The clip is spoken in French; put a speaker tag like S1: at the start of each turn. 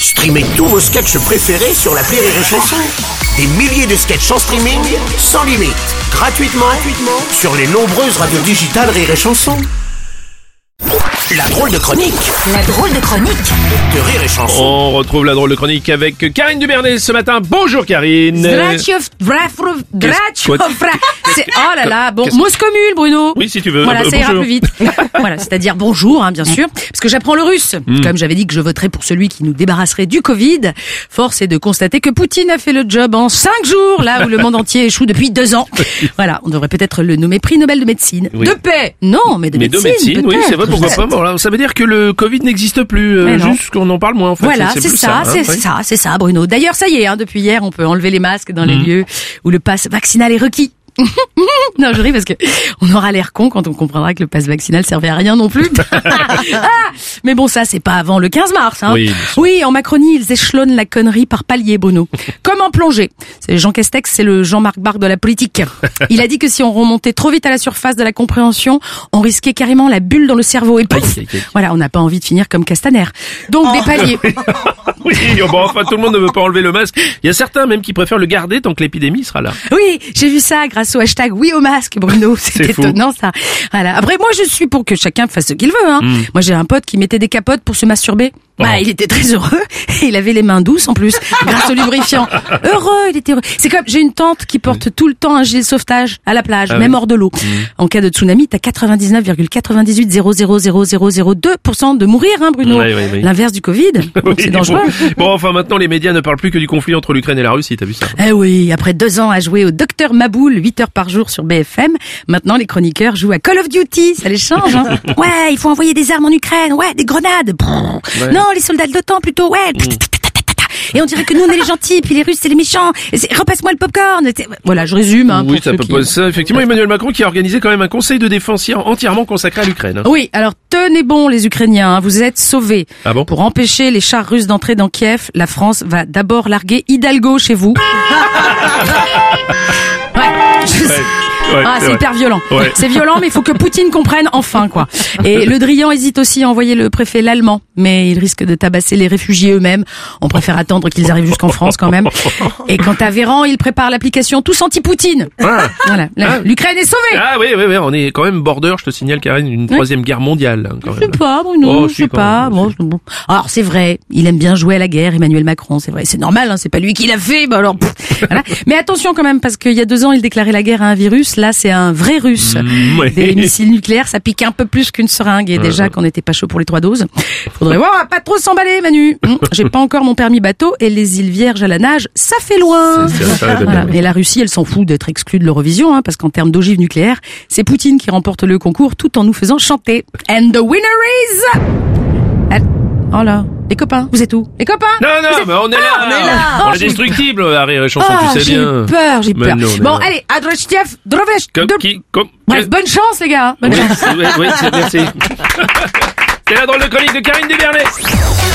S1: Streamez tous vos sketchs préférés sur l'appli Rire et Chanson. Des milliers de sketchs en streaming, sans limite, gratuitement sur les nombreuses radios digitales Rire et Chanson. La drôle de chronique de Rire et Chanson.
S2: On retrouve la drôle de chronique avec Karine Dubernet ce matin. Bonjour Karine.
S3: Oh là là, bon, Moscomule Bruno.
S2: Oui, si tu veux.
S3: Voilà, ça ira
S2: Bonjour.
S3: plus vite. Voilà, c'est-à-dire bonjour, bien sûr, parce que j'apprends le russe. Comme j'avais dit que je voterais pour celui qui nous débarrasserait du Covid, force est de constater que Poutine a fait le job en 5 jours, là où le monde entier échoue depuis 2 ans. Voilà, on devrait peut-être le nommer prix Nobel de médecine.
S2: Oui.
S3: De paix. Non, mais de médecine.
S2: Oui, c'est vrai,
S3: peut-être.
S2: pourquoi pas. Bon, là, ça veut dire que le Covid n'existe plus, juste qu'on en parle moins en fait.
S3: Voilà, c'est
S2: plus
S3: ça,
S2: hein,
S3: c'est ça, Bruno. D'ailleurs, ça y est, depuis hier, on peut enlever les masques dans les lieux où le pass vaccinal est requis. Non, je ris parce que on aura l'air con quand on comprendra que le pass vaccinal servait à rien non plus. Mais bon, ça, c'est pas avant le 15 mars, hein. Oui, en Macronie, ils échelonnent la connerie par palier, Bruno. Comme en plongée. C'est Jean Castex, c'est le Jean-Marc Barre de la politique. Il a dit que si on remontait trop vite à la surface de la compréhension, on risquait carrément la bulle dans le cerveau. Et pouf, voilà, on n'a pas envie de finir comme Castaner. Donc, des paliers.
S2: Oui, bon, enfin, tout le monde ne veut pas enlever le masque. Il y a certains même qui préfèrent le garder tant que l'épidémie sera là.
S3: Oui, j'ai vu ça grâce au hashtag oui au masque, Bruno. C'est étonnant, ça. Voilà. Après, moi, je suis pour que chacun fasse ce qu'il veut, hein. Moi, j'ai un pote qui mettait des capotes pour se masturber. Bah, il était très heureux. Et il avait les mains douces, en plus, grâce au lubrifiant. Il était heureux. C'est comme, j'ai une tante qui porte tout le temps un gilet de sauvetage à la plage, même hors de l'eau. En cas de tsunami, t'as 99,98000002% de mourir, hein, Bruno.
S2: Oui.
S3: L'inverse du Covid. Donc, c'est dangereux.
S2: Bon, enfin, maintenant, les médias ne parlent plus que du conflit entre l'Ukraine et la Russie, t'as vu ça?
S3: Eh oui, après 2 ans à jouer au Docteur Maboul, 8 heures par jour sur BFM, maintenant les chroniqueurs jouent à Call of Duty, ça les change, hein. Ouais, il faut envoyer des armes en Ukraine, ouais, des grenades. Non, les soldats de l'OTAN plutôt, ouais. Et on dirait que nous on est les gentils, puis les Russes c'est les méchants. Repasse-moi le popcorn. Voilà, je résume. Hein,
S2: oui, ça peut pas ça. Effectivement, Emmanuel Macron qui a organisé quand même un conseil de défense hier entièrement consacré à l'Ukraine.
S3: Oui, alors tenez bon les Ukrainiens, hein, vous êtes sauvés.
S2: Ah bon?
S3: Pour empêcher les chars russes d'entrer dans Kiev, la France va d'abord larguer Hidalgo chez vous. C'est hyper violent.
S2: Ouais.
S3: C'est violent, mais il faut que Poutine comprenne enfin, quoi. Et Le Drian hésite aussi à envoyer le préfet l'allemand, mais il risque de tabasser les réfugiés eux-mêmes. On préfère attendre qu'ils arrivent jusqu'en France quand même. Et quant à Véran, il prépare l'application Tous anti-Poutine. Voilà. L'Ukraine est sauvée.
S2: Ah oui, on est quand même border, je te signale, Karine, une 3e guerre mondiale. Hein, quand même.
S3: Je sais pas, Bruno, je sais pas. Bon. Alors c'est vrai, il aime bien jouer à la guerre, Emmanuel Macron, c'est vrai. C'est normal, hein, c'est pas lui qui l'a fait, bah alors. Voilà. Mais attention quand même, parce qu'il y a 2 ans, il déclarait la guerre à un virus. Là, c'est un vrai russe. Des missiles nucléaires, ça pique un peu plus qu'une seringue. Et déjà qu'on n'était pas chaud pour les 3 doses. Faudrait voir, pas trop s'emballer, Manu. J'ai pas encore mon permis bateau et les îles Vierges à la nage, ça fait loin. Voilà. Et la Russie, elle s'en fout d'être exclue de l'Eurovision, hein, parce qu'en termes d'ogive nucléaire, c'est Poutine qui remporte le concours tout en nous faisant chanter. And the winner is... Oh là, les copains, vous êtes où? Les copains?
S2: Non, mais on est là. On est destructible, à Rire et Chanson, tu sais bien.
S3: J'ai peur. Bon, allez, Adrechiev, Drovesh. Bref, bonne chance, les gars. Bonne chance.
S2: Oui, merci. C'est la drôle de chronique de Karine Dubernet.